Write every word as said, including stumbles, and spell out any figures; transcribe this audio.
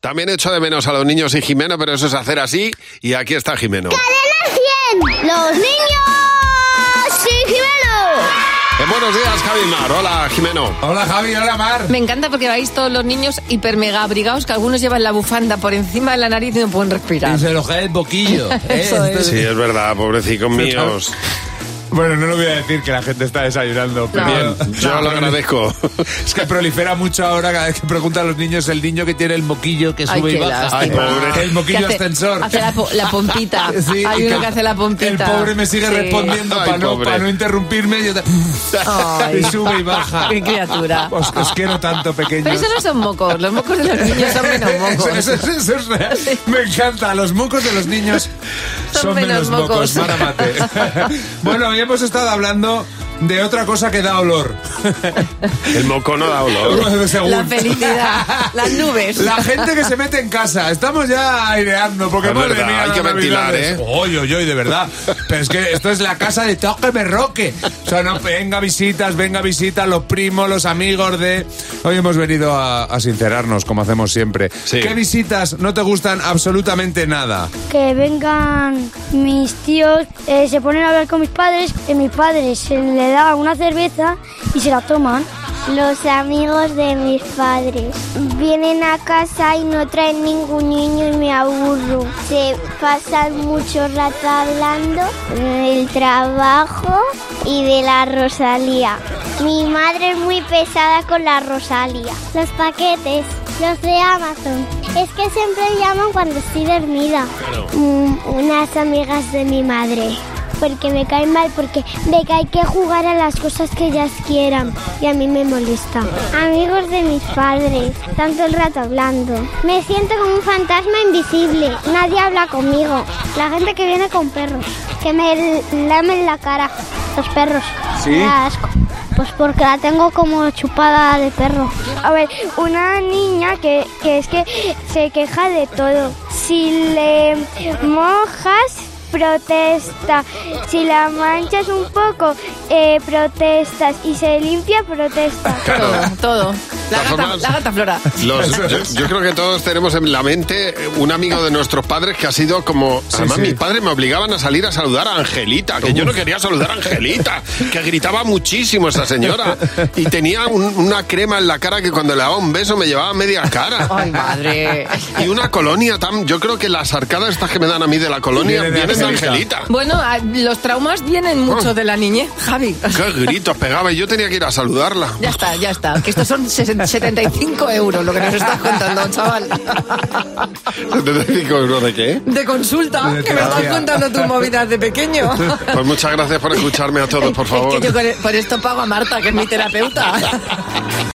También echo de menos a los niños y Jimeno, pero eso es hacer así, y aquí está Jimeno. ¡Cadena cien! ¡Los niños y Jimeno! Eh, buenos días, Javi Mar. Hola, Jimeno. Hola, Javi. Hola, Mar. Me encanta porque vais todos los niños hiper mega abrigados, que algunos llevan la bufanda por encima de la nariz y no pueden respirar. Y se lo cae el boquillo. Eso es. Sí, es verdad, pobrecicos míos. Bueno, no lo voy a decir que la gente está desayunando. Pero No. Bien, yo No, lo pero- agradezco. Es que prolifera mucho ahora cada vez que preguntan a los niños el niño que tiene el moquillo que Ay, sube y qué baja. lástima. Ay, pobre. El moquillo Que hace- ascensor. Hace la, po- la pompita. Sí, Hay y uno que hace la pompita. El pobre me sigue Sí. respondiendo Ay, para no, pobre. pa no interrumpirme. Yo te- Ay. y sube y baja. Qué criatura. Os, os quiero tanto, pequeños. Pero eso no son mocos. Los mocos de los niños son menos mocos. Eso, eso- eso es real. Me encanta. Los mocos de los niños son, Son menos, menos mocos. mocos. Mara Mate. Bueno, hoy hemos estado hablando de otra cosa que da olor. El moco no da olor. Según. La felicidad. Las nubes. La gente que se mete en casa. Estamos ya aireando, porque Es madre verdad, mía, hay las que ventilar, navidades. ¿eh? Oy, oy, oy, de verdad. Pero es que esto es la casa de Toque Berroque. O sea, no, venga visitas, venga visitas, los primos, los amigos de... Hoy hemos venido a, a sincerarnos, como hacemos siempre. Sí. ¿Qué visitas no te gustan absolutamente nada? Que vengan mis tíos, eh, se ponen a hablar con mis padres, y mis padres se le da una cerveza y se la toman. Los amigos de mis padres vienen a casa y no traen ningún niño y me aburro. Se pasan mucho rato hablando del trabajo y de la Rosalía. Mi madre es muy pesada con la Rosalía. Los paquetes, los de Amazon. Es que siempre llaman cuando estoy dormida. Mm, unas amigas de mi madre. Porque me caen mal, porque de que hay que jugar a las cosas que ellas quieran y a mí me molesta. Amigos de mis padres, están todo el rato hablando. Me siento como un fantasma invisible, nadie habla conmigo. La gente que viene con perros, que me lamen la cara, los perros. ¿Sí? Me da asco. Pues porque la tengo como chupada de perro. A ver, una niña que, que es que se queja de todo. Si le mojas, protesta. Si la manchas un poco, eh, protestas. Y se limpia, protesta. Todo, todo. La De todas gata, formas, la gata Flora. Los- yo, yo creo que todos tenemos en la mente un amigo de nuestros padres que ha sido como... Además, sí. mis padres me obligaban a salir a saludar a Angelita, que yo no quería saludar a Angelita, que gritaba muchísimo esa señora. Y tenía un- una crema en la cara que cuando le daba un beso me llevaba media cara. Ay, madre. Y una colonia tan... Yo creo que las arcadas estas que me dan a mí de la colonia Viene de vienen de Angelita. Angelita. Bueno, a- los traumas vienen mucho Oh. de la niñez, Javi. Qué gritos pegaba y yo tenía que ir a saludarla. Ya está, ya está. Que estos son sesenta setenta y cinco euros lo que nos estás contando, chaval. ¿setenta y cinco euros de qué? De consulta, De que me estás terapia. contando tus movidas de pequeño. Pues muchas gracias por escucharme a todos, por Es favor. que yo con- por esto pago a Marta, que es mi terapeuta.